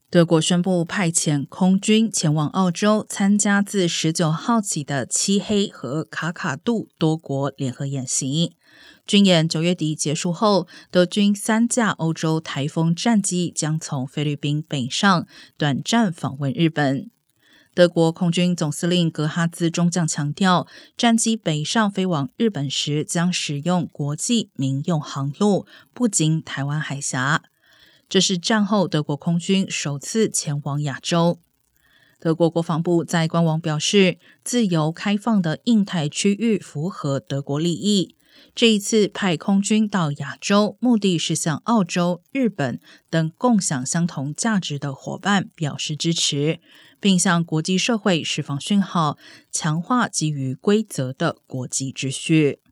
德国宣布派遣空军前往澳洲参加自19号起的漆黑和卡卡杜多国联合演习。军演9月底结束后，德军3架欧洲台风战机将从菲律宾北上，短暂访问日本。德国空军总司令格哈兹中将强调，战机北上飞往日本时将使用国际民用航路，不经台湾海峡。这是战后德国空军首次前往亚洲。德国国防部在官网表示，自由开放的印太区域符合德国利益。这一次派空军到亚洲，目的是向澳洲、日本等共享相同价值的伙伴表示支持，并向国际社会释放讯号，强化基于规则的国际秩序。